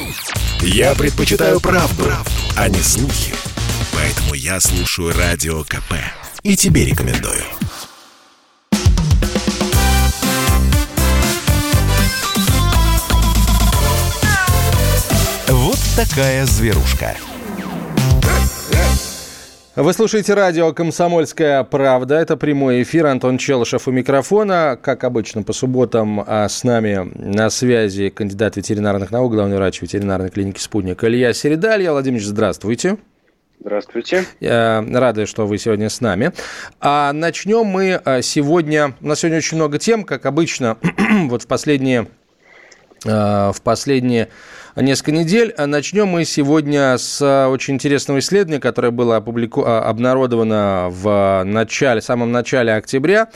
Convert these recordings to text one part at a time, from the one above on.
Я предпочитаю правду, а не слухи. Поэтому я слушаю Радио КП. И тебе рекомендую. Вот такая зверушка. Вы слушаете радио «Комсомольская правда». Это прямой эфир. Антон Челышев у микрофона. Как обычно, по субботам с нами на связи кандидат ветеринарных наук, главный врач ветеринарной клиники «Спутник» Илья Середа. Илья Владимирович, здравствуйте. Здравствуйте. Рады, что вы сегодня с нами. Начнем мы сегодня... У нас сегодня очень много тем, как обычно, вот в последние несколько недель. Начнем мы сегодня с очень интересного исследования, которое было обнародовано в самом начале октября.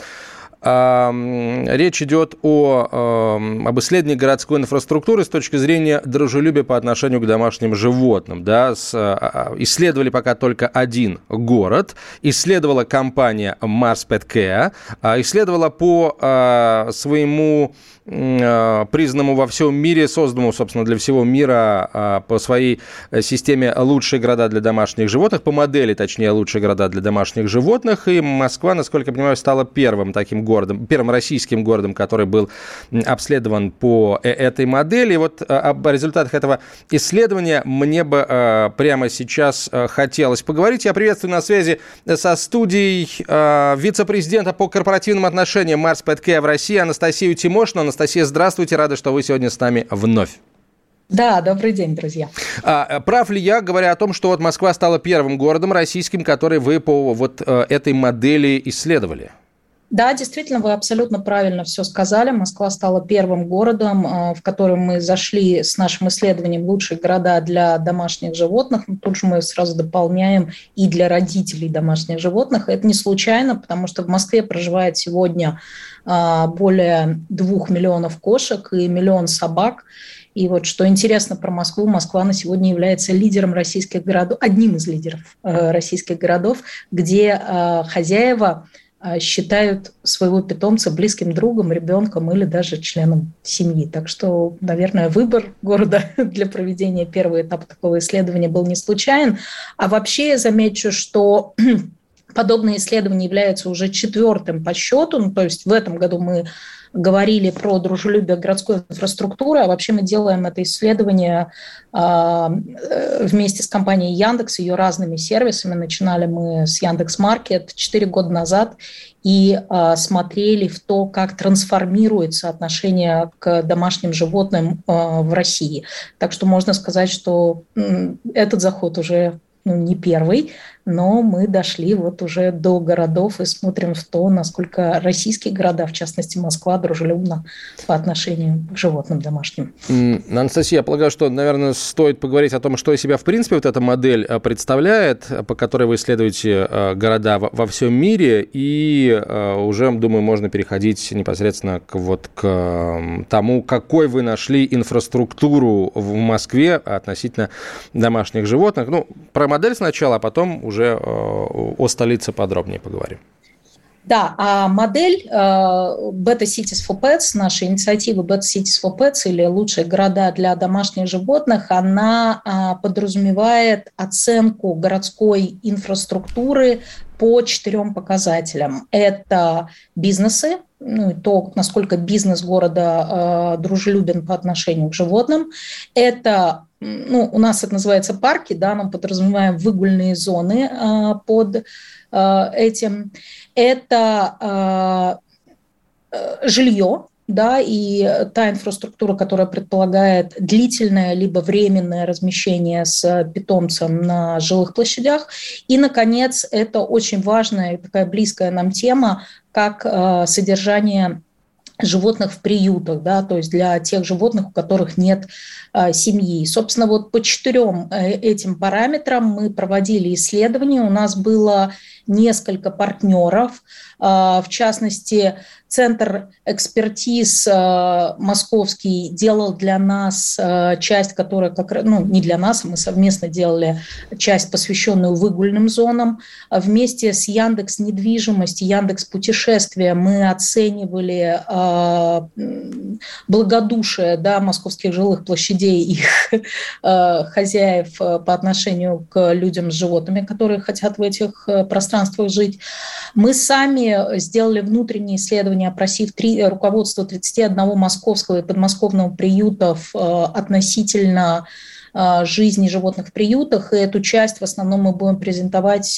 Речь идет об исследовании городской инфраструктуры с точки зрения дружелюбия по отношению к домашним животным. Да, исследовали пока только один город. Исследовала компания Mars Pet Care. Исследовала по своему признанному во всем мире, созданному, собственно, для всего мира по своей системе «Лучшие города для домашних животных», по модели, точнее, «Лучшие города для домашних животных». И Москва, насколько я понимаю, стала первым таким городом, первым российским городом, который был обследован по этой модели. И вот об результатах этого исследования мне бы прямо сейчас хотелось поговорить. Я приветствую на связи со студией вице-президента по корпоративным отношениям Mars Pet Care в России Анастасию Тимошину. Анастасия, здравствуйте, рада, что вы сегодня с нами вновь. Да, добрый день, друзья. Прав ли я, говоря о том, что вот Москва стала первым городом российским, который вы по вот этой модели исследовали? Да, действительно, вы абсолютно правильно все сказали. Москва стала первым городом, в котором мы зашли с нашим исследованием «Лучшие города для домашних животных». Тут же мы сразу дополняем и для родителей домашних животных. Это не случайно, потому что в Москве проживает сегодня более 2 миллионов кошек и 1 миллион собак. И вот что интересно про Москву, Москва на сегодня является лидером российских городов, одним из лидеров российских городов, где хозяева считают своего питомца близким другом, ребенком или даже членом семьи. Так что, наверное, выбор города для проведения первого этапа такого исследования был не случайен. А вообще я замечу, что подобное исследование является уже 4-м по счету. Ну, то есть в этом году мы говорили про дружелюбие городской инфраструктуры, а вообще мы делаем это исследование вместе с компанией Яндекс, ее разными сервисами. Начинали мы с Яндекс.Маркет 4 года назад и смотрели в то, как трансформируется отношение к домашним животным в России. Так что можно сказать, что этот заход уже не первый, но мы дошли вот уже до городов и смотрим в то, насколько российские города, в частности Москва, дружелюбна по отношению к животным домашним. Анастасия, я полагаю, что, наверное, стоит поговорить о том, что из себя, в принципе, вот эта модель представляет, по которой вы исследуете города во всем мире, и уже, думаю, можно переходить непосредственно к тому, какой вы нашли инфраструктуру в Москве относительно домашних животных. Ну, про модель сначала, а потом уже о столице подробнее поговорим. Да, а модель Better Cities for Pets, наша инициатива Better Cities for Pets или «Лучшие города для домашних животных», она подразумевает оценку городской инфраструктуры по 4 показателям. Это бизнесы, то, насколько бизнес города дружелюбен по отношению к животным. Это, у нас это называется парки, да, мы подразумеваем выгульные зоны под этим. Это жилье, да, и та инфраструктура, которая предполагает длительное либо временное размещение с питомцем на жилых площадях. И, наконец, это очень важная и такая близкая нам тема, как содержание животных в приютах, да, то есть для тех животных, у которых нет семьи. Собственно, вот по 4 этим параметрам мы проводили исследования. У нас было несколько партнеров, в частности, Центр экспертиз московский делал для нас часть, которая не для нас, мы совместно делали часть, посвященную выгульным зонам. Вместе с Яндекс недвижимость, Яндекс путешествия мы оценивали благодушие, да, московских жилых площадей, их хозяев по отношению к людям с животными, которые хотят в этих пространствах жить. Мы сами сделали внутренние исследования, опросив руководство 31 московского и подмосковного приютов относительно жизни животных в приютах, и эту часть в основном мы будем презентовать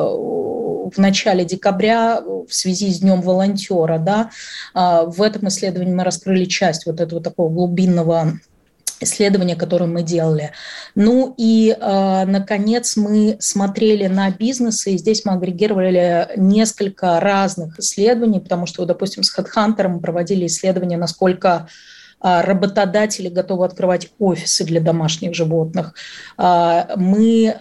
в начале декабря в связи с Днем волонтера. Да? В этом исследовании мы раскрыли часть вот этого такого глубинного исследования, которое мы делали. Ну и, наконец, мы смотрели на бизнесы, и здесь мы агрегировали несколько разных исследований, потому что, допустим, с HeadHunter мы проводили исследования, насколько работодатели готовы открывать офисы для домашних животных. Мы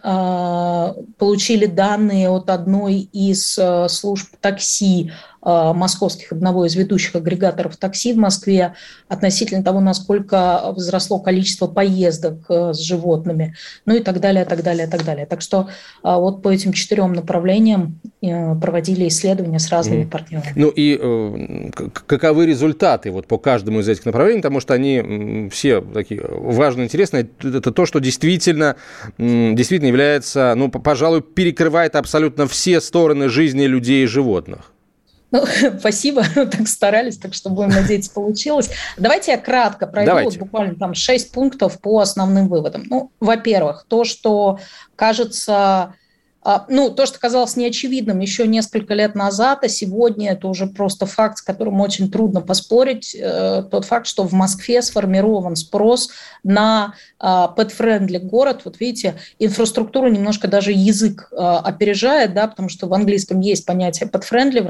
получили данные от одной из служб такси московских, одного из ведущих агрегаторов такси в Москве, относительно того, насколько возросло количество поездок с животными, ну и так далее, так далее, так далее. Так что вот по этим 4 направлениям проводили исследования с разными партнерами. Ну и каковы результаты вот по каждому из этих направлений, потому что они все такие важные, интересные. Это то, что действительно является, ну, пожалуй, перекрывает абсолютно все стороны жизни людей и животных. Ну, спасибо, так старались, так что будем надеяться, получилось. Давайте я кратко пройду, вот буквально там 6 пунктов по основным выводам. Ну, во-первых, то, что кажется... Ну, то, что казалось неочевидным еще несколько лет назад, а сегодня это уже просто факт, с которым очень трудно поспорить, тот факт, что в Москве сформирован спрос на pet-friendly город. Вот видите, инфраструктура немножко даже язык опережает, да, потому что в английском есть понятие pet-friendly,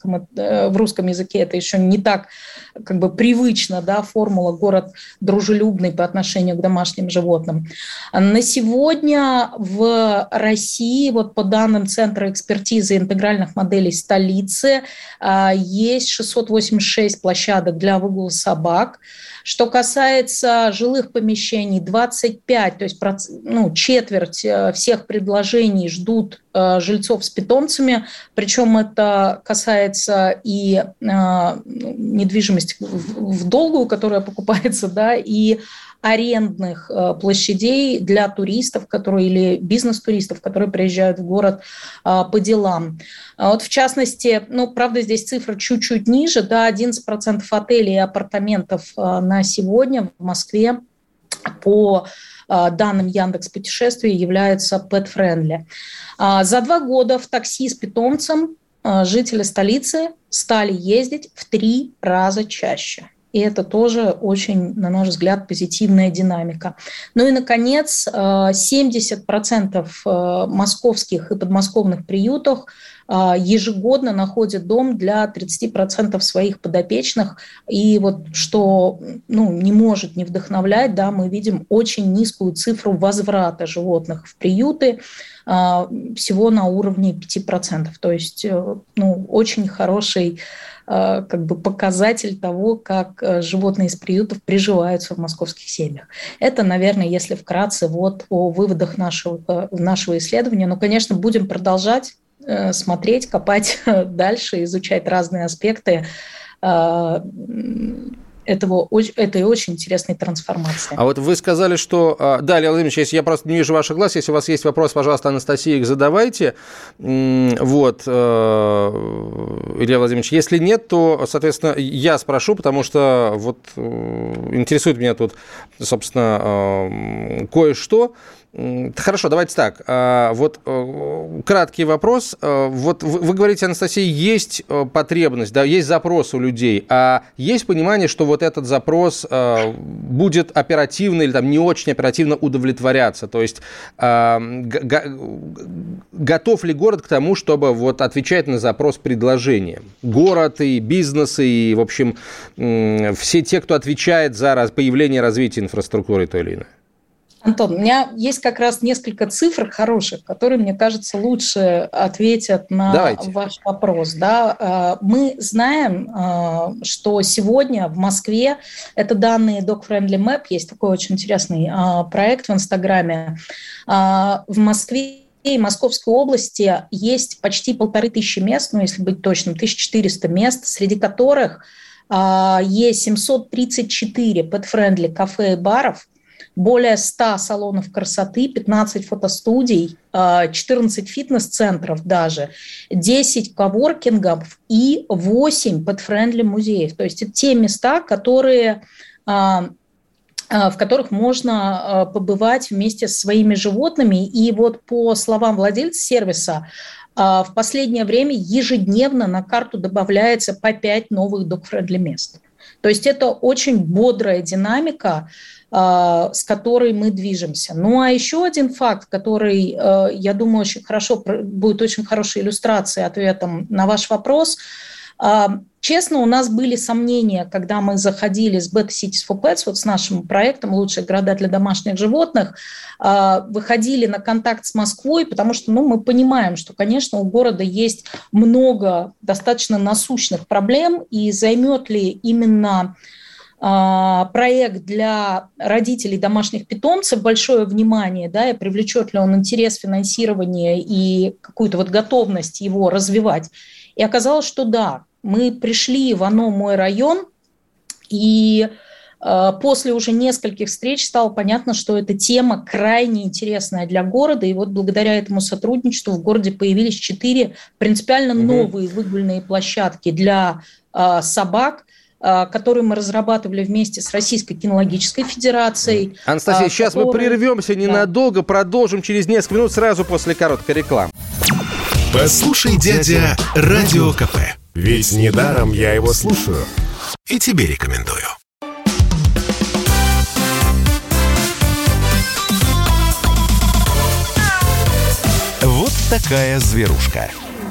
в русском языке это еще не так как бы привычно, да, формула «город дружелюбный» по отношению к домашним животным. На сегодня в России, вот по данным Центра экспертизы интегральных моделей столицы, есть 686 площадок для выгула собак. Что касается жилых помещений, 25, то есть четверть всех предложений ждут жильцов с питомцами, причем это касается и недвижимости в долгую, которая покупается, да, и арендных площадей для туристов, или бизнес-туристов, которые приезжают в город по делам. Вот в частности, правда, здесь цифра чуть-чуть ниже, да, 11% отелей и апартаментов на сегодня в Москве по данным Яндекс.Путешествий являются pet-friendly. За 2 года в такси с питомцем жители столицы стали ездить в 3 раза чаще. И это тоже очень, на наш взгляд, позитивная динамика. Ну и, наконец, 70% московских и подмосковных приютов ежегодно находят дом для 30% своих подопечных. И вот что не может не вдохновлять, да, мы видим очень низкую цифру возврата животных в приюты, всего на уровне 5%. То есть очень хороший показатель того, как животные из приютов приживаются в московских семьях. Это, наверное, если вкратце вот о выводах нашего исследования. Но, конечно, будем продолжать смотреть, копать дальше, изучать разные аспекты этой очень интересной трансформации. А вот вы сказали, что... Да, Илья Владимирович, если я просто не вижу ваших глаз, если у вас есть вопрос, пожалуйста, Анастасия, их задавайте. Вот, Илья Владимирович, если нет, то, соответственно, я спрошу, потому что вот интересует меня тут, собственно, кое-что. Хорошо, давайте так. Вот краткий вопрос. Вот вы говорите, Анастасия, есть потребность, да, есть запрос у людей, а есть понимание, что вот этот запрос будет оперативно или там не очень оперативно удовлетворяться? То есть готов ли город к тому, чтобы вот отвечать на запрос предложением? Город и бизнесы, и, в общем, все те, кто отвечает за появление и развитие инфраструктуры той или иной? Антон, у меня есть как раз несколько цифр хороших, которые, мне кажется, лучше ответят на ваш вопрос. Да? Мы знаем, что сегодня в Москве, это данные Dog Friendly Map, есть такой очень интересный проект в Инстаграме, в Москве и Московской области есть почти 1500 мест, если быть точным, 1400 мест, среди которых есть 734 pet-friendly кафе и баров, более 100 салонов красоты, 15 фотостудий, 14 фитнес-центров даже, 10 коворкингов и 8 pet-friendly музеев. То есть это те места, в которых можно побывать вместе со своими животными. И вот по словам владельца сервиса, в последнее время ежедневно на карту добавляется по 5 новых dog-friendly мест. То есть это очень бодрая динамика, с которой мы движемся. Ну а еще один факт, который, я думаю, будет очень хорошей иллюстрацией ответом на ваш вопрос. Честно, у нас были сомнения, когда мы заходили с Better Cities for Pets, вот с нашим проектом «Лучшие города для домашних животных», выходили на контакт с Москвой, потому что мы понимаем, что, конечно, у города есть много достаточно насущных проблем, и займет ли именно проект для родителей домашних питомцев большое внимание, да, и привлечет ли он интерес, финансирование и какую-то вот готовность его развивать. И оказалось, что да, мы пришли в ОНО «Мой район», и после уже нескольких встреч стало понятно, что эта тема крайне интересная для города, и вот благодаря этому сотрудничеству в городе появились 4 принципиально новые выгульные площадки для собак, которые мы разрабатывали вместе с Российской кинологической федерацией. Анастасия, сейчас мы прервемся ненадолго, продолжим через несколько минут, сразу после короткой рекламы. Послушай, дядя, Радио КП. Ведь недаром я его слушаю. И тебе рекомендую. Вот такая зверушка.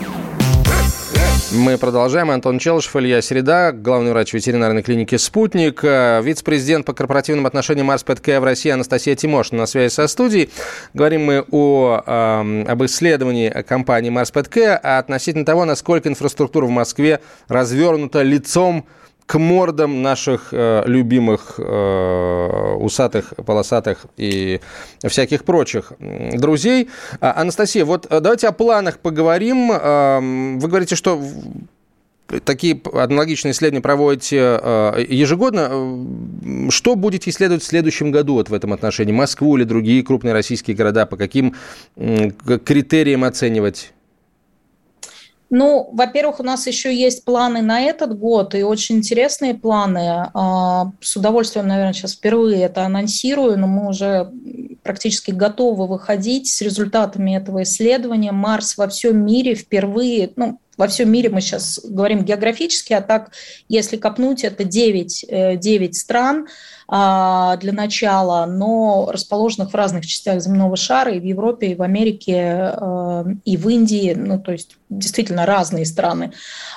Мы продолжаем. Антон Челышев, Илья Середа, главный врач ветеринарной клиники «Спутник», вице-президент по корпоративным отношениям Mars Pet Care в России Анастасия Тимошина на связи со студией. Говорим мы об исследовании компании Mars Pet Care, относительно того, насколько инфраструктура в Москве развернута лицом к мордам наших любимых усатых, полосатых и всяких прочих друзей. Анастасия, вот давайте о планах поговорим. Вы говорите, что такие аналогичные исследования проводите ежегодно. Что будете исследовать в следующем году вот в этом отношении? Москву или другие крупные российские города? По каким критериям оценивать? Ну, во-первых, у нас еще есть планы на этот год, и очень интересные планы. С удовольствием, наверное, сейчас впервые это анонсирую, но мы уже практически готовы выходить с результатами этого исследования. Марс во всем мире впервые, во всем мире мы сейчас говорим географически, а так, если копнуть, это 9 стран для начала, но расположенных в разных частях земного шара, и в Европе, и в Америке, и в Индии, то есть действительно разные страны.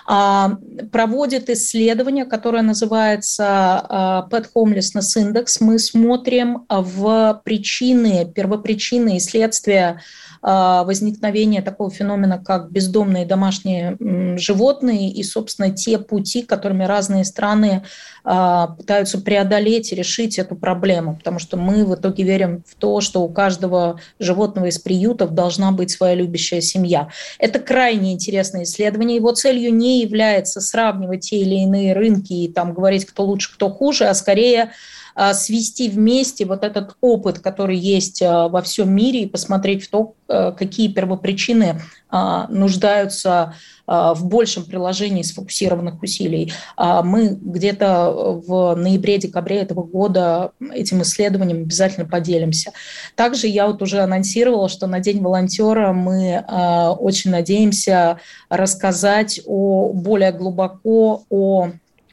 Проводит исследование, которое называется Pet Homelessness Index. Мы смотрим в первопричины и следствия возникновения такого феномена, как бездомные домашние животные, и, собственно, те пути, которыми разные страны пытаются преодолеть и решить эту проблему, потому что мы в итоге верим в то, что у каждого животного из приютов должна быть своя любящая семья. Это крайне интересное исследование. Его целью не является сравнивать те или иные рынки и говорить, кто лучше, кто хуже, а скорее свести вместе вот этот опыт, который есть во всем мире, и посмотреть в то, какие первопричины нуждаются в большем приложении сфокусированных усилий. Мы где-то в ноябре-декабре этого года этим исследованием обязательно поделимся. Также я уже анонсировала, что на День волонтера мы очень надеемся рассказать более глубоко о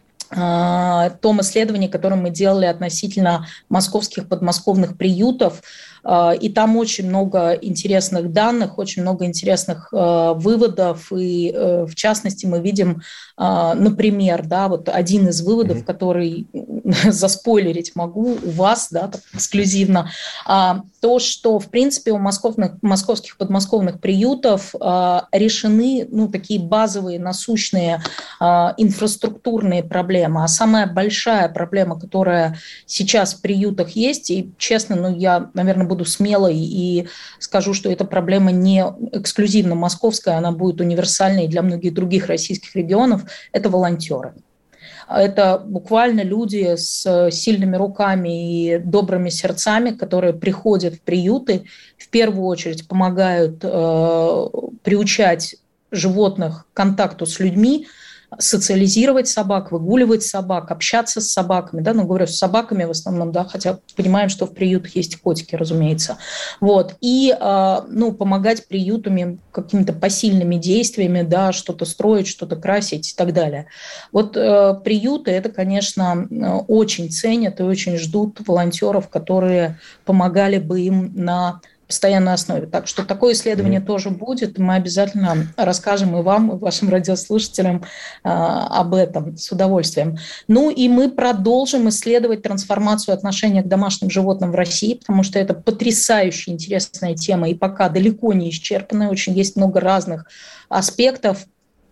том исследовании, которое мы делали относительно московских подмосковных приютов. И там очень много интересных данных, очень много интересных выводов. И в частности мы видим, например, один из выводов, который заспойлерить могу у вас, так эксклюзивно, то, что, в принципе, у московских подмосковных приютов решены такие базовые, насущные инфраструктурные проблемы. А самая большая проблема, которая сейчас в приютах есть, и, честно, я, наверное, буду смелой и скажу, что эта проблема не эксклюзивно московская, она будет универсальной для многих других российских регионов, это волонтеры. Это буквально люди с сильными руками и добрыми сердцами, которые приходят в приюты, в первую очередь помогают приучать животных к контакту с людьми, социализировать собак, выгуливать собак, общаться с собаками, да, ну, говорю, с собаками в основном, да, хотя понимаем, что в приютах есть и котики, разумеется, вот, и, ну, помогать приютам какими-то посильными действиями, да, что-то строить, что-то красить и так далее. Вот приюты, это, конечно, очень ценят и очень ждут волонтеров, которые помогали бы им на постоянной основе. Так что такое исследование тоже будет. Мы обязательно расскажем и вам, и вашим радиослушателям об этом с удовольствием. Ну и мы продолжим исследовать трансформацию отношения к домашним животным в России, потому что это потрясающе интересная тема и пока далеко не исчерпанная. Очень есть много разных аспектов.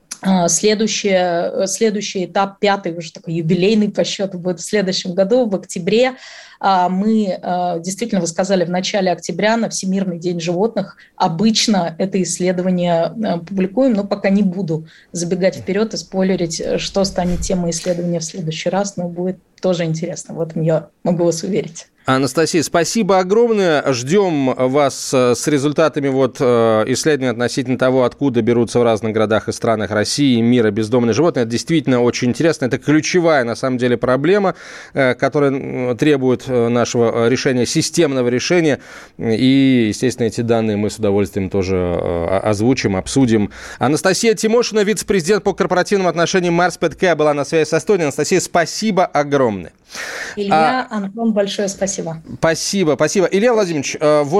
Следующий этап, 5-й, уже такой юбилейный по счету, будет в следующем году, в октябре. Мы, действительно, вы сказали, в начале октября на Всемирный день животных обычно это исследование публикуем, но пока не буду забегать вперед и спойлерить, что станет темой исследования в следующий раз, но будет тоже интересно. В этом я могу вас уверить. Анастасия, спасибо огромное. Ждем вас с результатами исследований относительно того, откуда берутся в разных городах и странах России и мира бездомные животные. Это действительно очень интересно. Это ключевая, на самом деле, проблема, которая требует нашего решения, системного решения. И, естественно, эти данные мы с удовольствием тоже озвучим, обсудим. Анастасия Тимошина, вице-президент по корпоративным отношениям Mars Pet Care, была на связи со студией. Анастасия, спасибо огромное. Илья, Антон, большое спасибо. Спасибо. Илья Владимирович,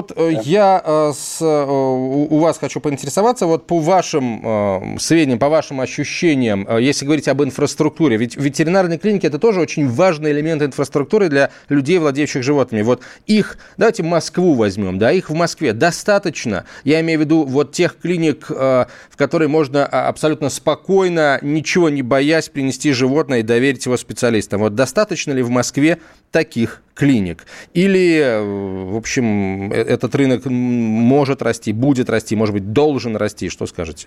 я у вас хочу поинтересоваться, по вашим сведениям, по вашим ощущениям, если говорить об инфраструктуре, ведь ветеринарные клиники – это тоже очень важный элемент инфраструктуры для людей, владеющих животными. Их, давайте Москву возьмем, да, их в Москве достаточно, я имею в виду тех клиник, в которые можно абсолютно спокойно, ничего не боясь, принести животное и доверить его специалистам. Достаточно ли в Москве таких клиник? Или, в общем, этот рынок может расти, будет расти, может быть, должен расти? Что скажете?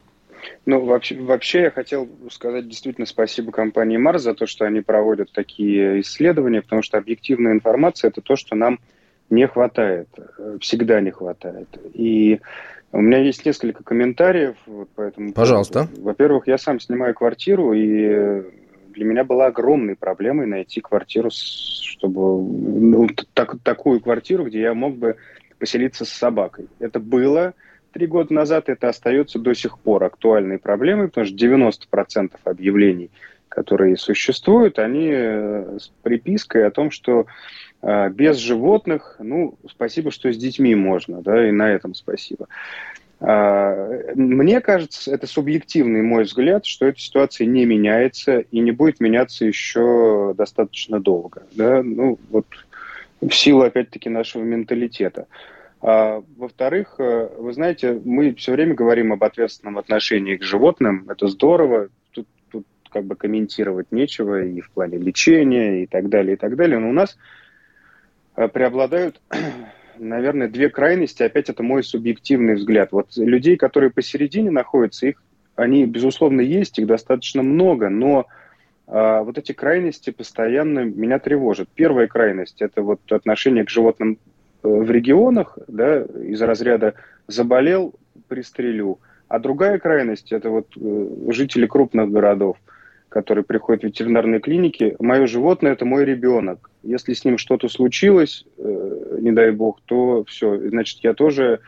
Вообще я хотел сказать действительно спасибо компании Mars за то, что они проводят такие исследования, потому что объективная информация – это то, что нам не хватает, всегда не хватает. И у меня есть несколько комментариев по этому поводу. Пожалуйста. Во-первых, я сам снимаю квартиру, и для меня была огромной проблемой найти квартиру, чтобы такую квартиру, где я мог бы поселиться с собакой. Это было 3 года назад, это остается до сих пор актуальной проблемой, потому что 90% объявлений, которые существуют, они с припиской о том, что без животных, спасибо, что с детьми можно, да, и на этом спасибо. Мне кажется, это субъективный мой взгляд, что эта ситуация не меняется и не будет меняться еще достаточно долго. Да? В силу, опять-таки, нашего менталитета. Во-вторых, вы знаете, мы все время говорим об ответственном отношении к животным. Это здорово. Тут как бы комментировать нечего и в плане лечения и так далее, и так далее. Но у нас преобладают, наверное, 2 крайности. Опять это мой субъективный взгляд. Людей, которые посередине находятся, они, безусловно, есть, их достаточно много, но эти крайности постоянно меня тревожат. Первая крайность – это отношение к животным в регионах, да, из разряда «заболел, пристрелю». А другая крайность – это жители крупных городов, которые приходят в ветеринарные клиники. Мое животное – это мой ребенок. Если с ним что-то случилось, не дай бог, то все, значит, я тоже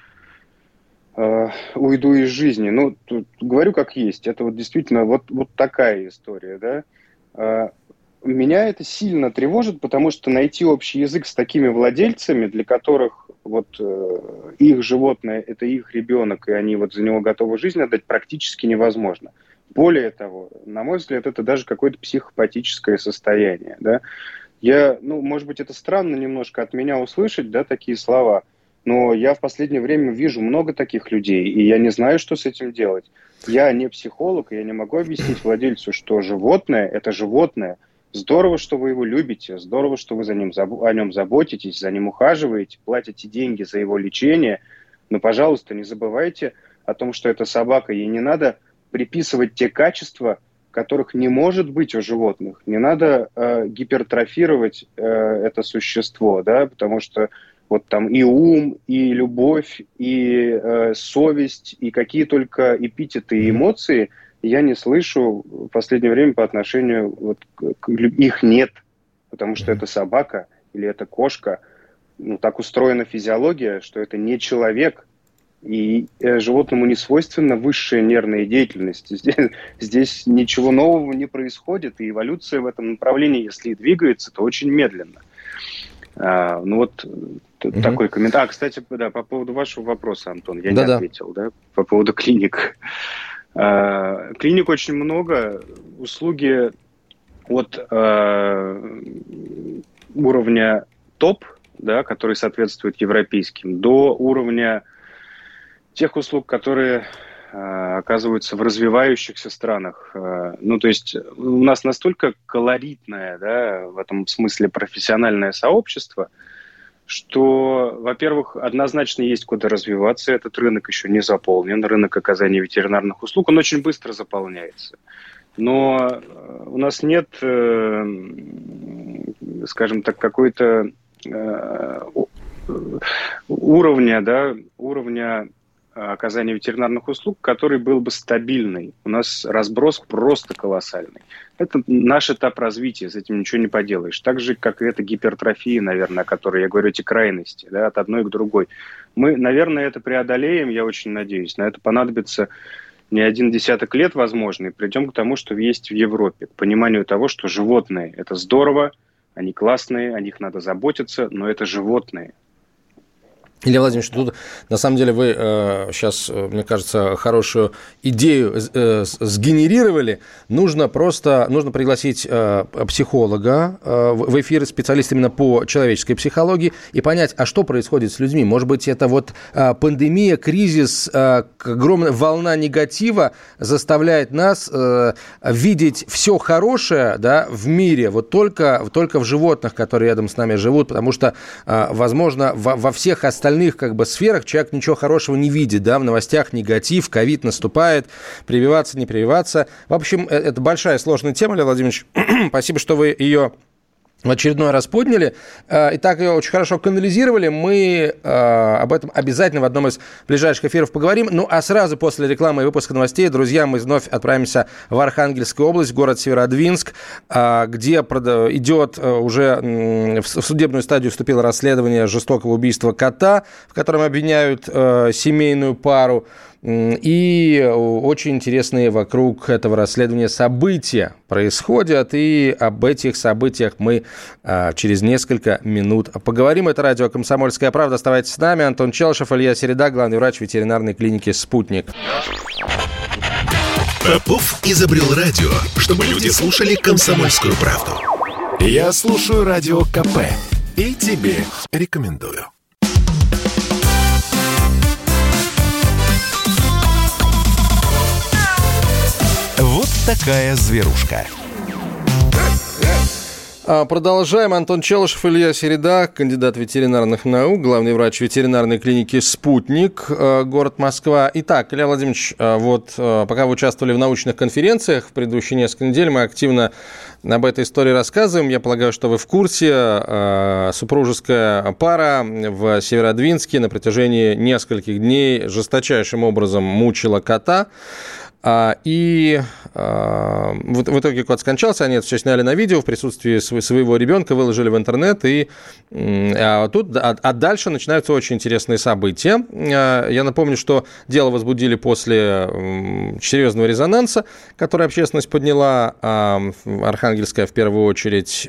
уйду из жизни. Тут говорю как есть. Это действительно такая история, да. Меня это сильно тревожит, потому что найти общий язык с такими владельцами, для которых их животное – это их ребенок, и они за него готовы жизнь отдать, практически невозможно. Более того, на мой взгляд, это даже какое-то психопатическое состояние, да. Может быть, это странно немножко от меня услышать, да, такие слова, но я в последнее время вижу много таких людей, и я не знаю, что с этим делать. Я не психолог, и я не могу объяснить владельцу, что животное – это животное. Здорово, что вы его любите, здорово, что вы о нем заботитесь, за ним ухаживаете, платите деньги за его лечение, но, пожалуйста, не забывайте о том, что это собака, ей не надо приписывать те качества, которых не может быть у животных. Не надо гипертрофировать это существо, да, потому что вот там и ум, и любовь, и совесть, и какие только эпитеты и эмоции я не слышу в последнее время по отношению их нет, потому что это собака или это кошка. Ну, так устроена физиология, что это не человек, и животному не свойственна высшая нервная деятельность. Здесь ничего нового не происходит, и эволюция в этом направлении, если и двигается, то очень медленно. Такой комментарий. Кстати, да, по поводу вашего вопроса, Антон, я не ответил, да, по поводу клиник. Клиник очень много, услуги от уровня топ, да, которые соответствуют европейским, до уровня тех услуг, которые оказываются в развивающихся странах. Ну, то есть у нас настолько колоритное, да, в этом смысле профессиональное сообщество, что, во-первых, однозначно есть куда развиваться. Этот рынок еще не заполнен. Рынок оказания ветеринарных услуг, он очень быстро заполняется. Но у нас нет, скажем так, какой-то уровня оказания ветеринарных услуг, который был бы стабильный. У нас разброс просто колоссальный. Это наш этап развития, с этим ничего не поделаешь. Так же, как и эта гипертрофия, наверное, о которой я говорю, эти крайности, да, от одной к другой. Мы, наверное, это преодолеем, я очень надеюсь. На это понадобится не 1 десяток лет, возможно, и придем к тому, что есть в Европе, к пониманию того, что животные – это здорово, они классные, о них надо заботиться, но это животные. Илья Владимирович, тут на самом деле вы сейчас, мне кажется, хорошую идею сгенерировали. Нужно пригласить психолога в эфир, специалиста именно по человеческой психологии, и понять, а что происходит с людьми. Может быть, это вот пандемия, кризис, огромная волна негатива заставляет нас видеть все хорошее, да, в мире, вот только в животных, которые рядом с нами живут, потому что, возможно, во всех остальных как бы сферах человек ничего хорошего не видит, да, в новостях негатив, ковид наступает, прививаться, не прививаться. В общем, это большая сложная тема, Илья Владимирович. Спасибо, что вы ее в очередной раз подняли. Итак, ее очень хорошо канализировали. Мы об этом обязательно в одном из ближайших эфиров поговорим. Ну, а сразу после рекламы и выпуска новостей, друзья, мы вновь отправимся в Архангельскую область, город Северодвинск, где идет уже в судебную стадию вступило расследование жестокого убийства кота, в котором обвиняют семейную пару. И очень интересные вокруг этого расследования события происходят, и об этих событиях мы через несколько минут поговорим. Это радио «Комсомольская правда». Оставайтесь с нами. Антон Челышев, Илья Середа, главный врач ветеринарной клиники «Спутник». Попов изобрел радио, чтобы люди слушали «Комсомольскую правду». Я слушаю радио КП и тебе рекомендую. Вот такая зверушка. Продолжаем. Антон Челышев, Илья Середа, кандидат ветеринарных наук, главный врач ветеринарной клиники «Спутник», город Москва. Итак, Илья Владимирович, вот пока вы участвовали в научных конференциях в предыдущие несколько недель, мы активно об этой истории рассказываем. Я полагаю, что вы в курсе. Супружеская пара в Северодвинске на протяжении нескольких дней жесточайшим образом мучила кота. И в итоге кот скончался, они это все сняли на видео в присутствии своего ребенка, выложили в интернет, а дальше начинаются очень интересные события. Я напомню, что дело возбудили после серьезного резонанса, который общественность подняла, Архангельская в первую очередь,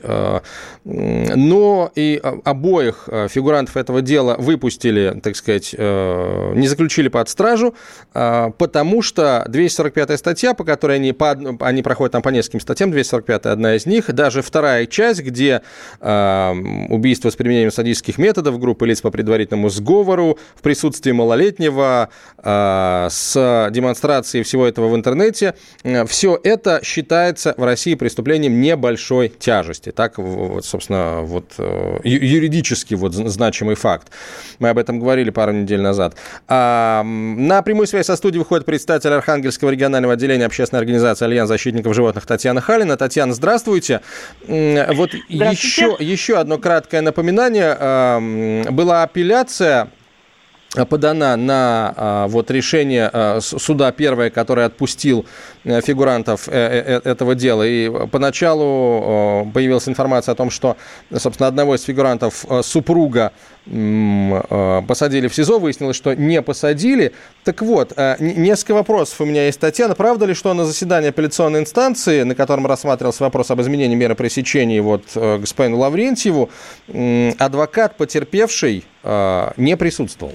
но и обоих фигурантов этого дела выпустили, так сказать, не заключили под стражу, потому что 245-я статья, по которой они проходят там по нескольким статьям, 245-я одна из них, даже вторая часть, где убийство с применением садистских методов, группы лиц по предварительному сговору, в присутствии малолетнего, с демонстрацией всего этого в интернете, все это считается в России преступлением небольшой тяжести. Так, вот, собственно, вот, юридически вот, значимый факт. Мы об этом говорили пару недель назад. На прямую связь со студией выходит представитель Архангельского регионального отделения общественной организации «Альянс защитников животных» Татьяна Халина. Татьяна, здравствуйте. Вот еще одно краткое напоминание. Была апелляция подана на вот решение суда первое, которое отпустил фигурантов этого дела. И поначалу появилась информация о том, что, собственно, одного из фигурантов, супруга, посадили в СИЗО. Выяснилось, что не посадили. Так вот, несколько вопросов у меня есть, Татьяна. Правда ли, что на заседании апелляционной инстанции, на котором рассматривался вопрос об изменении меры пресечения господину Лаврентьеву, адвокат потерпевший не присутствовал?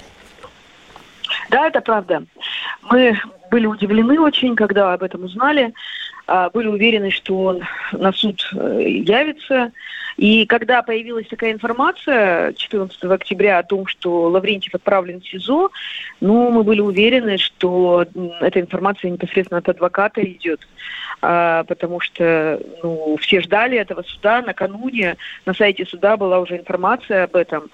Да, это правда. Мы были удивлены очень, когда об этом узнали. Были уверены, что он на суд явится. И когда появилась такая информация 14 октября о том, что Лаврентьев отправлен в СИЗО, мы были уверены, что эта информация непосредственно от адвоката идет. Потому что все ждали этого суда. Накануне на сайте суда была уже информация об этом.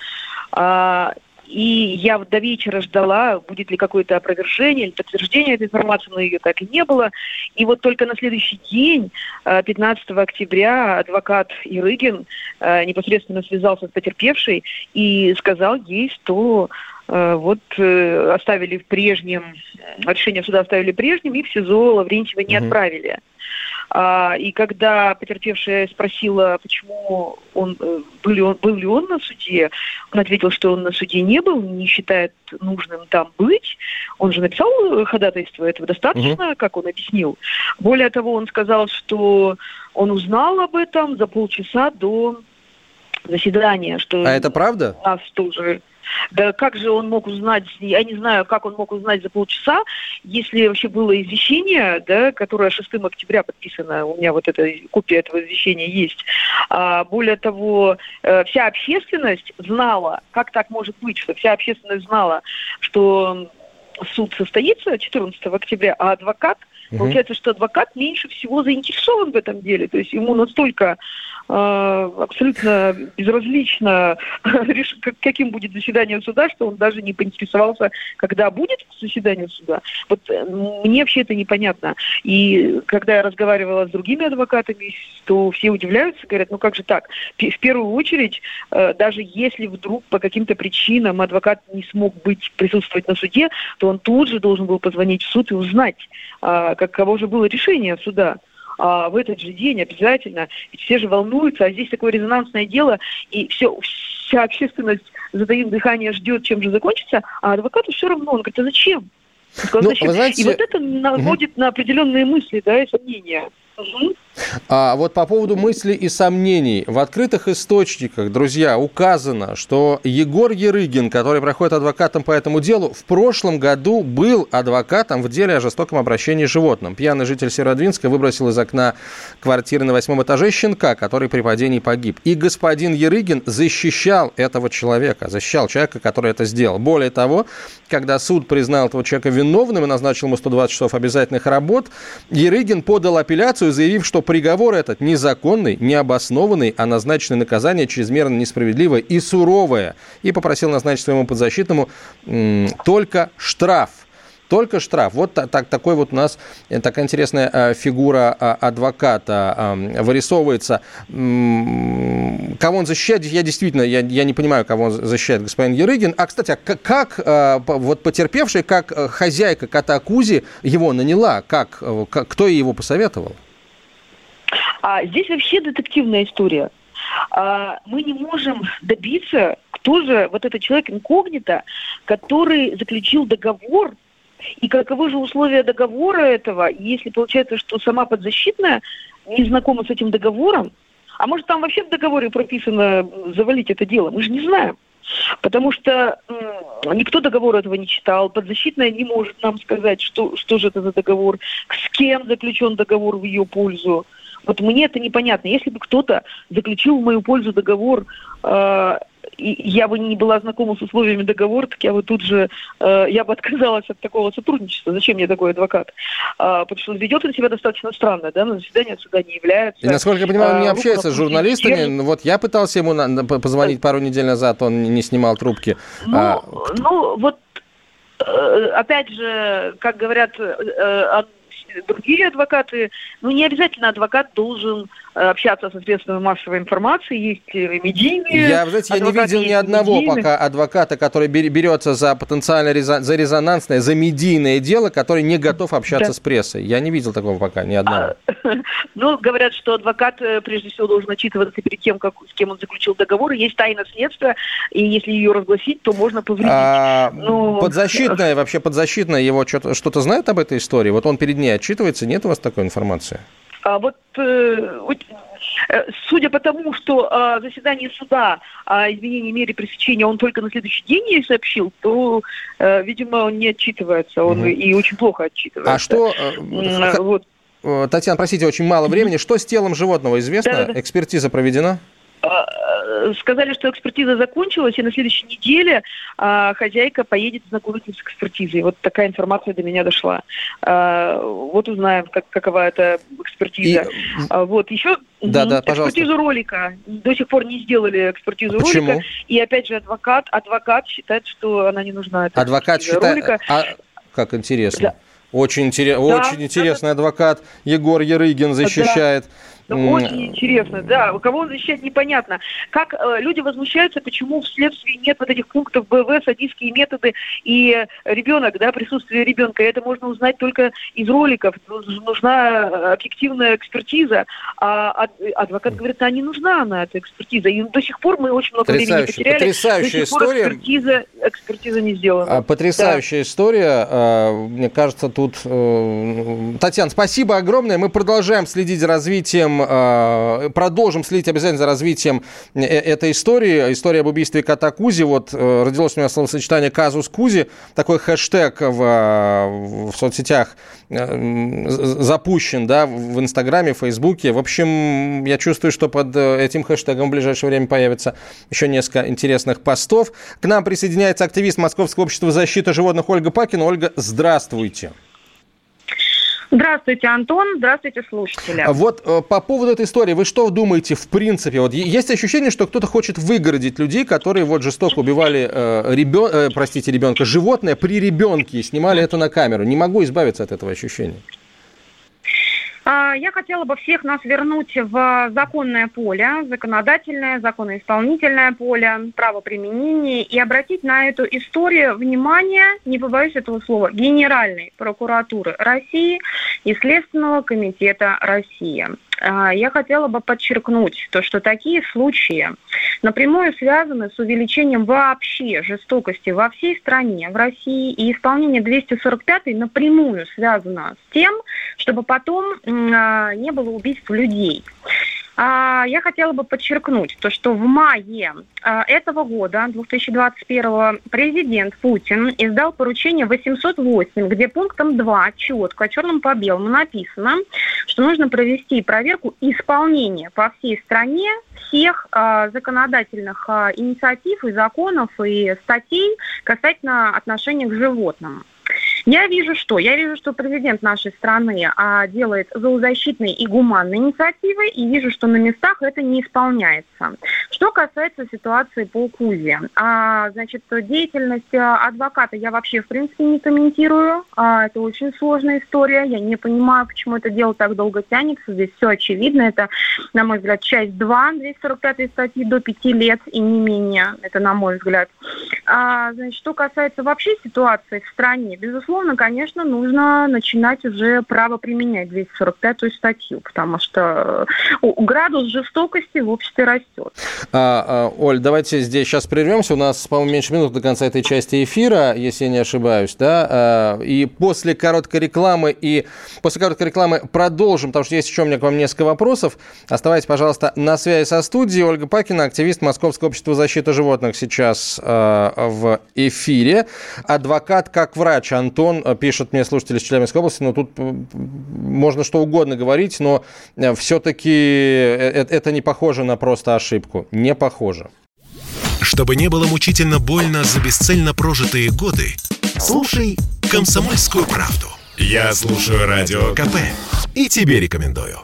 И я до вечера ждала, будет ли какое-то опровержение или подтверждение этой информации, но ее так и не было. И вот только на следующий день, 15 октября, адвокат Ярыгин непосредственно связался с потерпевшей и сказал ей, что оставили в прежнем, решение суда оставили прежним, и в СИЗО Лаврентьева не отправили. И когда потерпевшая спросила, почему был ли он на суде, он ответил, что он на суде не был, не считает нужным там быть. Он же написал ходатайство, этого достаточно, как он объяснил. Более того, он сказал, что он узнал об этом за полчаса до заседания. Что это правда? Нас тоже... Да как же он мог узнать, я не знаю, как он мог узнать за полчаса, если вообще было извещение, да, которое 6 октября подписано, у меня вот эта копия этого извещения есть. Более того, вся общественность знала, как так может быть, что вся общественность знала, что суд состоится 14 октября, а адвокат, получается, что адвокат меньше всего заинтересован в этом деле, то есть ему настолько абсолютно безразлично, каким будет заседание суда, что он даже не поинтересовался, когда будет заседание суда. Вот мне вообще это непонятно. И когда я разговаривала с другими адвокатами, то все удивляются, говорят, как же так? В первую очередь, даже если вдруг по каким-то причинам адвокат не смог присутствовать на суде, то он тут же должен был позвонить в суд и узнать, каково же было решение суда. В этот же день обязательно. Ведь все же волнуются, а здесь такое резонансное дело, и вся общественность, затаив дыхание, ждет, чем же закончится, а адвокату все равно. Он говорит, а зачем? Он сказал, зачем? Знаете... И вот это наводит на определенные мысли, да, и сомнения. А вот по поводу мыслей и сомнений. В открытых источниках, друзья, указано, что Егор Ярыгин, который проходит адвокатом по этому делу, в прошлом году был адвокатом в деле о жестоком обращении с животным. Пьяный житель Северодвинска выбросил из окна квартиры на 8 этаже щенка, который при падении погиб. И господин Ярыгин защищал этого человека, защищал человека, который это сделал. Более того, когда суд признал этого человека виновным и назначил ему 120 часов обязательных работ, Ярыгин подал апелляцию, заявив, что приговор этот незаконный, необоснованный, а назначенное наказание чрезмерно несправедливое и суровое. И попросил назначить своему подзащитному только штраф. Только штраф. Вот такой вот у нас такая интересная фигура адвоката вырисовывается. Кого он защищает? Я действительно я не понимаю, кого он защищает господин Ярыгин. А, кстати, как вот потерпевший, как хозяйка кота Кузи его наняла? Кто ей его посоветовал? Здесь вообще детективная история. Мы не можем добиться, кто же вот этот человек инкогнито, который заключил договор, и каковы же условия договора этого, если получается, что сама подзащитная не знакома с этим договором, а может там вообще в договоре прописано завалить это дело, мы же не знаем. Потому что никто договор этого не читал, подзащитная не может нам сказать, что же это за договор, с кем заключен договор в ее пользу. Вот мне это непонятно. Если бы кто-то заключил в мою пользу договор, и я бы не была знакома с условиями договора, так я бы тут же я бы отказалась от такого сотрудничества. Зачем мне такой адвокат? Потому что ведет он себя достаточно странно, да, на заседание суда не является. И, насколько я понимаю, он не общается с журналистами. Вот я пытался ему позвонить пару недель назад, он не снимал трубки. Вот опять же, как говорят, другие адвокаты. Ну, не обязательно адвокат должен общаться со средствами массовой информации, есть медийные. Я не видел ни одного пока адвоката, который берется за потенциально за резонансное, за медийное дело, который не готов общаться с прессой. Я не видел такого пока, ни одного. Ну, говорят, что адвокат, прежде всего, должен отчитываться перед тем, с кем он заключил договор. Есть тайна следствия, и если ее разгласить, то можно повредить. Подзащитная его что-то знает об этой истории? Вот он перед ней отчитывается, нет у вас такой информации? Судя по тому, что заседание суда о изменении меры пресечения он только на следующий день ей сообщил, то, видимо, он не отчитывается, он и очень плохо отчитывается. А что... Татьяна, простите, очень мало времени. Что с телом животного известно? Да. Экспертиза проведена? Сказали, что экспертиза закончилась, и на следующей неделе хозяйка поедет знакомиться с экспертизой. Вот такая информация до меня дошла. Вот узнаем, какова эта экспертиза. Еще экспертизу ролика. До сих пор не сделали экспертизу ролика. И опять же адвокат считает, что она не нужна. Адвокат считает... Ролика. Как интересно. Да. Очень интересный адвокат Егор Ярыгин защищает... Очень интересно, да. Кого он защищает, непонятно. Как люди возмущаются, почему в следствии нет вот этих пунктов БВ, садистские методы и ребенок, да, присутствие ребенка. Это можно узнать только из роликов. Нужна объективная экспертиза. А адвокат говорит, не нужна она, эта экспертиза. И до сих пор мы очень много времени потеряли. Потрясающая история. Экспертиза не сделана. Потрясающая история. Мне кажется, тут... Татьяна, спасибо огромное. Мы продолжаем следить за развитием, продолжим следить обязательно за развитием этой истории. История об убийстве кота Кузи. Вот родилось у меня словосочетание «казус Кузи». Такой хэштег в соцсетях запущен, да, в Инстаграме, в Фейсбуке. В общем, я чувствую, что под этим хэштегом в ближайшее время появится еще несколько интересных постов. К нам присоединяется активист Московского общества защиты животных Ольга Пакина. Ольга, здравствуйте. Здравствуйте, Антон. Здравствуйте, слушатели. Вот по поводу этой истории, вы что думаете в принципе? Вот есть ощущение, что кто-то хочет выгородить людей, которые вот жестоко убивали ребенка, животное при ребенке, и снимали это на камеру. Не могу избавиться от этого ощущения. Я хотела бы всех нас вернуть в законное поле, законодательное, законоисполнительное поле, правоприменение и обратить на эту историю внимание, не побоюсь этого слова, Генеральной прокуратуры России и Следственного комитета России. Я хотела бы подчеркнуть то, что такие случаи напрямую связаны с увеличением вообще жестокости во всей стране, в России, и исполнение 245-й напрямую связано с тем, чтобы потом не было убийств людей. Я хотела бы подчеркнуть то, что в мае этого года, 2021, президент Путин издал поручение 808, где пунктом 2 четко, черным по белому написано, что нужно провести проверку исполнения по всей стране всех законодательных инициатив и законов и статей касательно отношения к животным. Я вижу, что президент нашей страны делает зоозащитные и гуманные инициативы, и вижу, что на местах это не исполняется. Что касается ситуации по Кузе, деятельность адвоката я вообще, в принципе, не комментирую. Это очень сложная история. Я не понимаю, почему это дело так долго тянется. Здесь все очевидно. Это, на мой взгляд, часть 2 245 статьи до 5 лет и не менее. Это, на мой взгляд. Что касается вообще ситуации в стране, безусловно, конечно, нужно начинать уже право применять 245-ю статью, потому что градус жестокости в обществе растет. Оль, давайте здесь сейчас прервемся. У нас, по-моему, меньше минут до конца этой части эфира, если я не ошибаюсь, да? И после короткой рекламы продолжим, потому что есть еще у меня к вам несколько вопросов. Оставайтесь, пожалуйста, на связи со студией. Ольга Пакина, активист Московского общества защиты животных, сейчас в эфире. Адвокат как врач. Антон пишет мне слушатели из Челябинской области, но тут можно что угодно говорить, но все-таки это не похоже на просто ошибку. Не похоже. Чтобы не было мучительно больно за бесцельно прожитые годы, слушай «Комсомольскую правду». Я слушаю Радио КП и тебе рекомендую.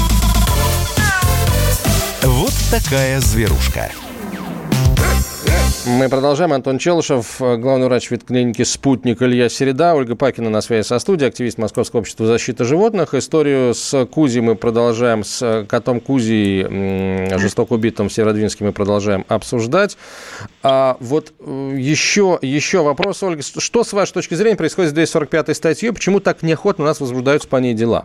Вот такая зверушка. Мы продолжаем. Антон Челышев, главный врач ветклиники «Спутник», Илья Середа, Ольга Пакина на связи со студией, активист Московского общества защиты животных. Историю с Кузей мы продолжаем, с котом Кузей, жестоко убитым в Северодвинске, мы продолжаем обсуждать. А вот еще вопрос, Ольга. Что, с вашей точки зрения, происходит с 245-й статьей? Почему так неохотно у нас возбуждаются по ней дела?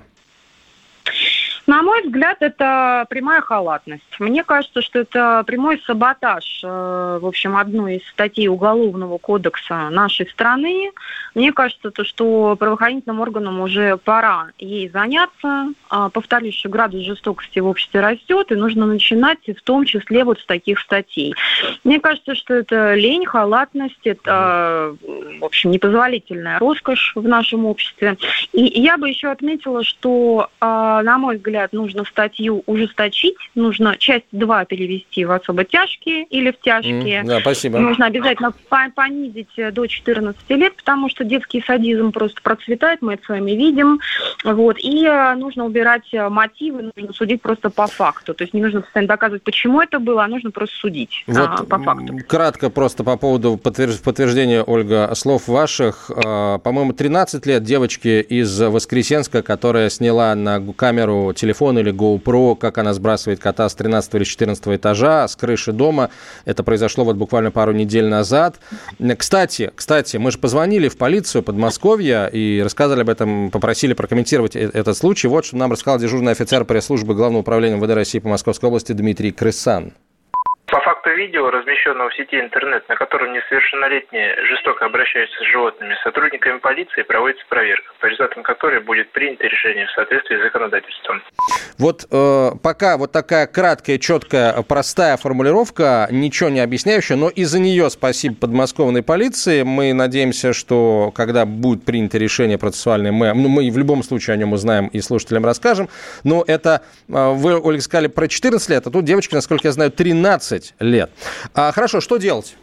На мой взгляд, это прямая халатность. Мне кажется, что это прямой саботаж, в общем, одной из статей Уголовного кодекса нашей страны. Мне кажется, что правоохранительным органам уже пора ей заняться. Повторюсь, что градус жестокости в обществе растет, и нужно начинать в том числе вот с таких статей. Мне кажется, что это лень, халатность, это, в общем, непозволительная роскошь в нашем обществе. И я бы еще отметила, что, на мой взгляд, нужно статью ужесточить, нужно часть 2 перевести в особо тяжкие или в тяжкие. Да, спасибо. Нужно обязательно понизить до 14 лет, потому что детский садизм просто процветает, мы это с вами видим. Вот. И нужно убирать мотивы, нужно судить просто по факту. То есть не нужно постоянно доказывать, почему это было, а нужно просто судить вот по факту. Кратко просто по поводу подтверждения, Ольга, слов ваших. По-моему, 13 лет девочке из Воскресенска, которая сняла на камеру телефон или GoPro, как она сбрасывает кота с 13 или 14 этажа, с крыши дома. Это произошло вот буквально пару недель назад. Кстати, мы же позвонили в полицию Подмосковья и рассказали об этом, попросили прокомментировать этот случай. Вот что нам рассказал дежурный офицер пресс-службы Главного управления МВД России по Московской области Дмитрий Крысан. По факту видео, размещенного в сети интернет, на котором несовершеннолетние жестоко обращаются с животными, сотрудниками полиции проводится проверка, по результатам которой будет принято решение в соответствии с законодательством. Вот пока вот такая краткая, четкая, простая формулировка, ничего не объясняющая, но из-за нее спасибо подмосковной полиции. Мы надеемся, что когда будет принято решение процессуальное, мы в любом случае о нем узнаем и слушателям расскажем. Но это, вы, Ольга, сказали про 14 лет, а тут девочке, насколько я знаю, 13 лет. Хорошо, что делать?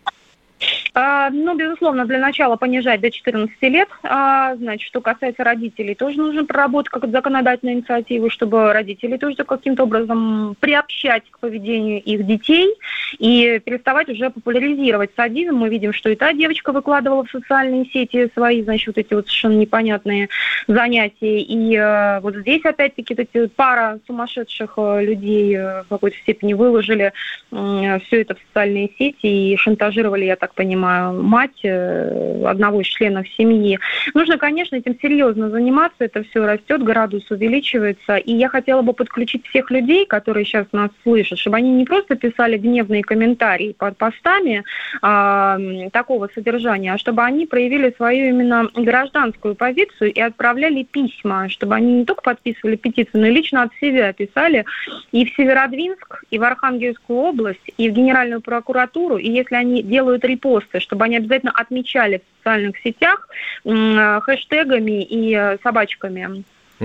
Безусловно, для начала понижать до 14 лет. Значит, что касается родителей, тоже нужно проработка как законодательной инициативы, чтобы родители тоже каким-то образом приобщать к поведению их детей и переставать уже популяризировать садизм. Мы видим, что и та девочка выкладывала в социальные сети свои, значит, вот эти вот совершенно непонятные занятия. И вот здесь, опять-таки, эти пара сумасшедших людей в какой-то степени выложили все это в социальные сети и шантажировали, я так понимаю, мать одного из членов семьи. Нужно, конечно, этим серьезно заниматься, это все растет, градус увеличивается. И я хотела бы подключить всех людей, которые сейчас нас слышат, чтобы они не просто писали гневные комментарии под постами такого содержания, а чтобы они проявили свою именно гражданскую позицию и отправляли письма, чтобы они не только подписывали петицию, но и лично от себя писали и в Северодвинск, и в Архангельскую область, и в Генеральную прокуратуру, и если они делают репосты, чтобы они обязательно отмечали в социальных сетях хэштегами и собачками.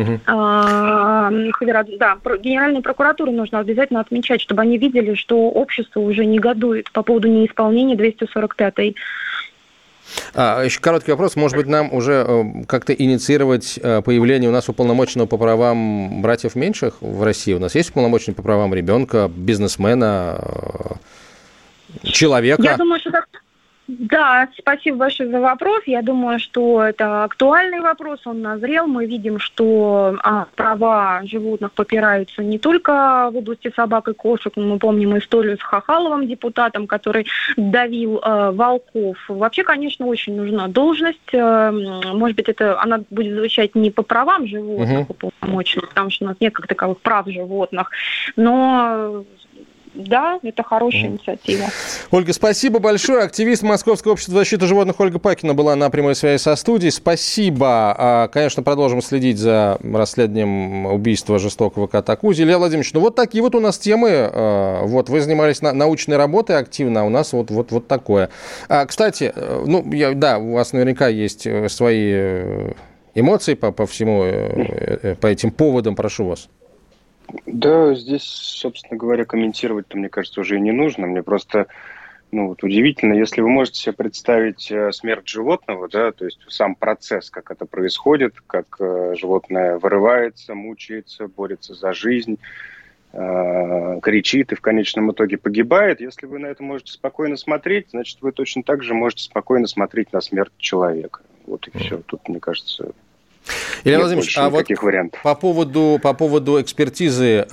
Генеральную прокуратуру нужно обязательно отмечать, чтобы они видели, что общество уже негодует по поводу неисполнения 245-й. Еще короткий вопрос. Может быть, нам уже как-то инициировать появление у нас уполномоченного по правам братьев меньших в России? У нас есть уполномоченный по правам ребенка, бизнесмена, человека? Я думаю, что так. Да, спасибо большое за вопрос. Я думаю, что это актуальный вопрос, он назрел. Мы видим, что права животных попираются не только в области собак и кошек. Мы помним историю с Хахаловым, депутатом, который давил волков. Вообще, конечно, очень нужна должность. Может быть, она будет звучать не по правам животных уполномоченных, потому что у нас нет как таковых прав животных, но... Да, это хорошая инициатива. Ольга, спасибо большое. Активист Московского общества защиты животных Ольга Пакина была на прямой связи со студией. Спасибо. Конечно, продолжим следить за расследованием убийства жестокого кота Кузи. Илья Владимирович, вот такие вот у нас темы. Вот вы занимались научной работой активно, а у нас вот такое. Кстати, у вас наверняка есть свои эмоции по всему, по этим поводам. Прошу вас. Да, здесь, собственно говоря, комментировать-то, мне кажется, уже и не нужно. Мне просто, удивительно, если вы можете себе представить смерть животного, да, то есть сам процесс, как это происходит, как животное вырывается, мучается, борется за жизнь, кричит и в конечном итоге погибает. Если вы на это можете спокойно смотреть, значит, вы точно так же можете спокойно смотреть на смерть человека. Вот и все. Тут, мне кажется... Илья Владимирович, а вот по поводу экспертизы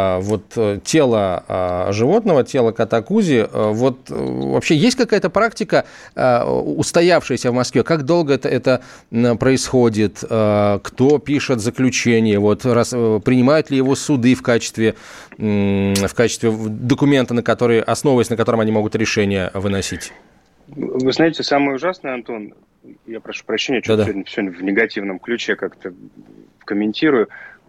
тела животного, тела кота Кузи, вообще есть какая-то практика, устоявшаяся в Москве? Как долго это происходит? Кто пишет заключение? Принимают ли его суды в качестве документа, основываясь на котором они могут решение выносить? Вы знаете, самое ужасное, Антон, я прошу прощения, что сегодня в негативном ключе как-то комментирую.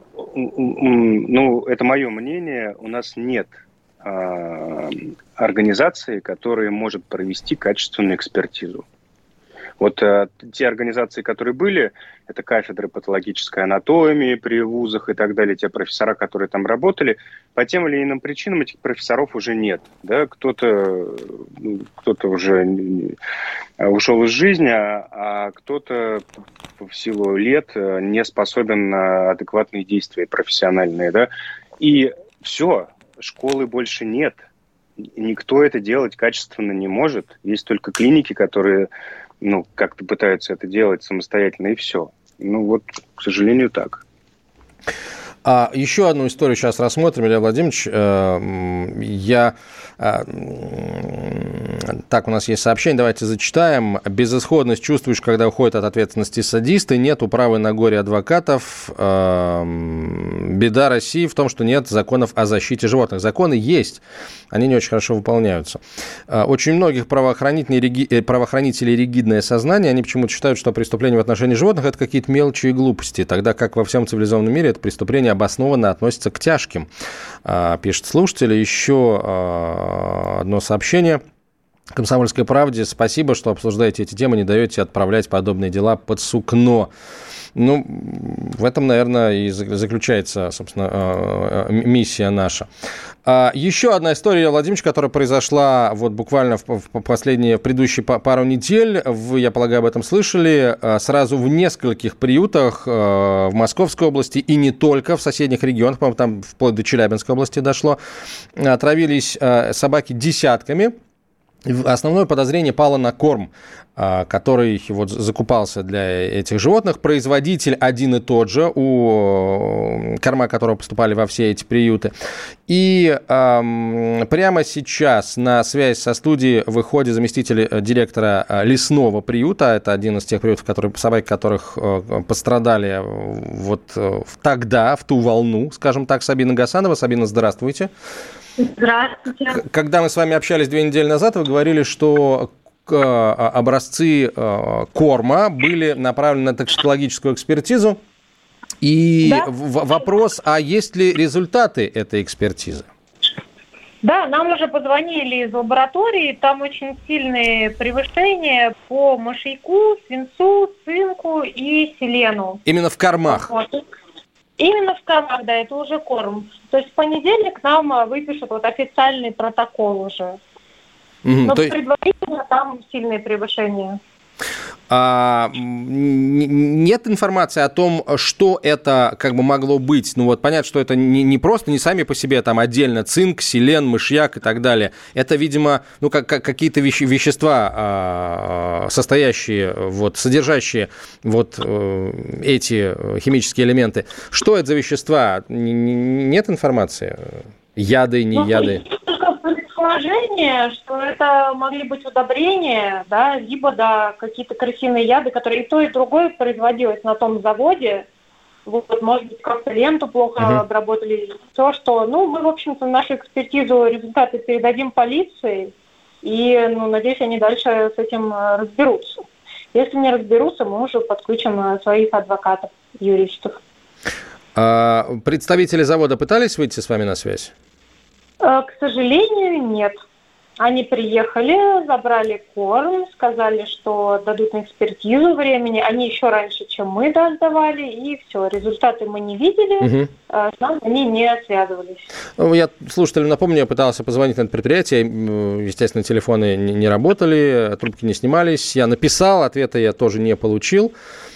Это мое мнение. У нас нет организации, которая может провести качественную экспертизу. Те организации, которые были, это кафедры патологической анатомии при вузах и так далее, те профессора, которые там работали, по тем или иным причинам этих профессоров уже нет. Да? Кто-то уже ушел из жизни, а кто-то в силу лет не способен на адекватные действия профессиональные. Да? И все, школы больше нет. Никто это делать качественно не может. Есть только клиники, которые... как-то пытаются это делать самостоятельно, и все. К сожалению, так. Еще одну историю сейчас рассмотрим, Илья Владимирович. Так, у нас есть сообщение, давайте зачитаем. Безысходность чувствуешь, когда уходят от ответственности садисты, нет управы на горе адвокатов. Беда России в том, что нет законов о защите животных. Законы есть, они не очень хорошо выполняются. Очень многих правоохранителей ригидное сознание, они почему-то считают, что преступления в отношении животных – это какие-то мелочи и глупости, тогда как во всем цивилизованном мире это преступление обоснованно относится к тяжким, пишет слушатель. Еще одно сообщение. «Комсомольской правде» спасибо, что обсуждаете эти темы, не даете отправлять подобные дела под сукно. В этом, наверное, и заключается, собственно, миссия наша. Еще одна история, Илья Владимирович, которая произошла буквально в предыдущие пару недель. Вы, я полагаю, об этом слышали. Сразу в нескольких приютах в Московской области и не только, в соседних регионах, по-моему, там вплоть до Челябинской области дошло, отравились собаки десятками. Основное подозрение пало на корм, который закупался для этих животных. Производитель один и тот же, у корма которого поступали во все эти приюты. И прямо сейчас на связь со студией выходит заместитель директора лесного приюта. Это один из тех приютов, собаки которых пострадали тогда, в ту волну, скажем так, Сабина Гасанова. Сабина, здравствуйте. Здравствуйте. Когда мы с вами общались 2 недели назад, вы говорили, что образцы корма были направлены на токсикологическую экспертизу. И вопрос, а есть ли результаты этой экспертизы? Да, нам уже позвонили из лаборатории, там очень сильные превышения по мышьяку, свинцу, цинку и селену. Именно в кормах? Именно в кормах, да, это уже корм. То есть в понедельник нам выпишут официальный протокол уже. Но предварительно там сильные превышения. Нет информации о том, что это могло быть. Понятно, что это не просто, не сами по себе там отдельно цинк, селен, мышьяк и так далее. Это, видимо, какие-то вещества, состоящие, содержащие эти химические элементы. Что это за вещества? Нет информации? Яды, не яды? Предположение, что это могли быть удобрения, да, либо какие-то крысиные яды, которые и то, и другое производилось на том заводе. Может быть, как-то ленту плохо обработали. Все, что... мы, в общем-то, нашу экспертизу, результаты передадим полиции, и, надеюсь, они дальше с этим разберутся. Если не разберутся, мы уже подключим своих адвокатов, юристов. Представители завода пытались выйти с вами на связь? К сожалению, нет. Они приехали, забрали корм, сказали, что дадут на экспертизу времени. Они еще раньше, чем мы сдавали, и все. Результаты мы не видели, с нами они не связывались. Я слушателям напомню, я пытался позвонить на это предприятие. Естественно, телефоны не работали, трубки не снимались. Я написал, ответа я тоже не получил.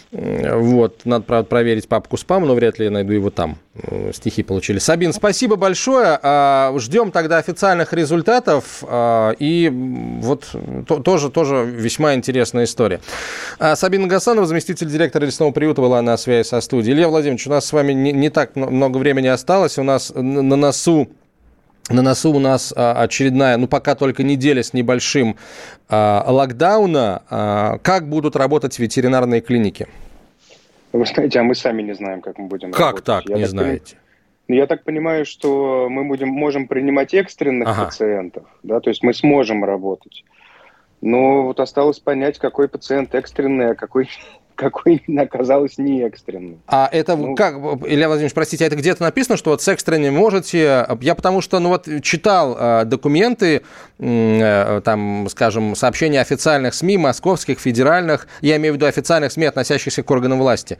Вот, надо, правда, проверить папку спам, но вряд ли я найду его там. Стихи получили. Сабин, спасибо большое. Ждем тогда официальных результатов. И вот тоже весьма интересная история. Сабина Гасанова, заместитель директора лесного приюта, была на связи со студией. Илья Владимирович, у нас с вами не так много времени осталось. У нас на носу у нас очередная, пока только неделя с небольшим локдауна. Как будут работать ветеринарные клиники? Вы знаете, а мы сами не знаем, как мы будем работать. Как так, не знаете? Я так понимаю, что мы можем принимать экстренных пациентов, да, то есть мы сможем работать. Но вот осталось понять, какой пациент экстренный, а какой оказалось не экстренным. А это как, Илья Владимирович, простите, это где-то написано, что вот с экстренным можете... Я потому что, читал документы, там, скажем, сообщения официальных СМИ, московских, федеральных, я имею в виду официальных СМИ, относящихся к органам власти.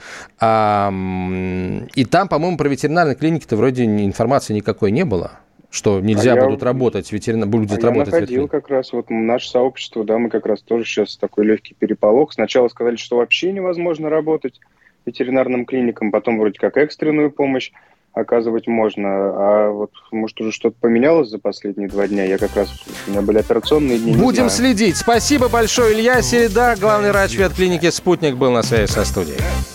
И там, по-моему, про ветеринарные клиники-то вроде информации никакой не было. Что нельзя будет работать ветеринарные. Я находил как раз, наше сообщество, да, мы как раз тоже сейчас такой легкий переполох. Сначала сказали, что вообще невозможно работать ветеринарным клиникам, потом вроде как экстренную помощь оказывать можно. А может, уже что-то поменялось за последние 2 дня? У меня были операционные дни. Будем следить. Спасибо большое, Илья Середа, главный врач ветклиники «Спутник», был на связи со студией.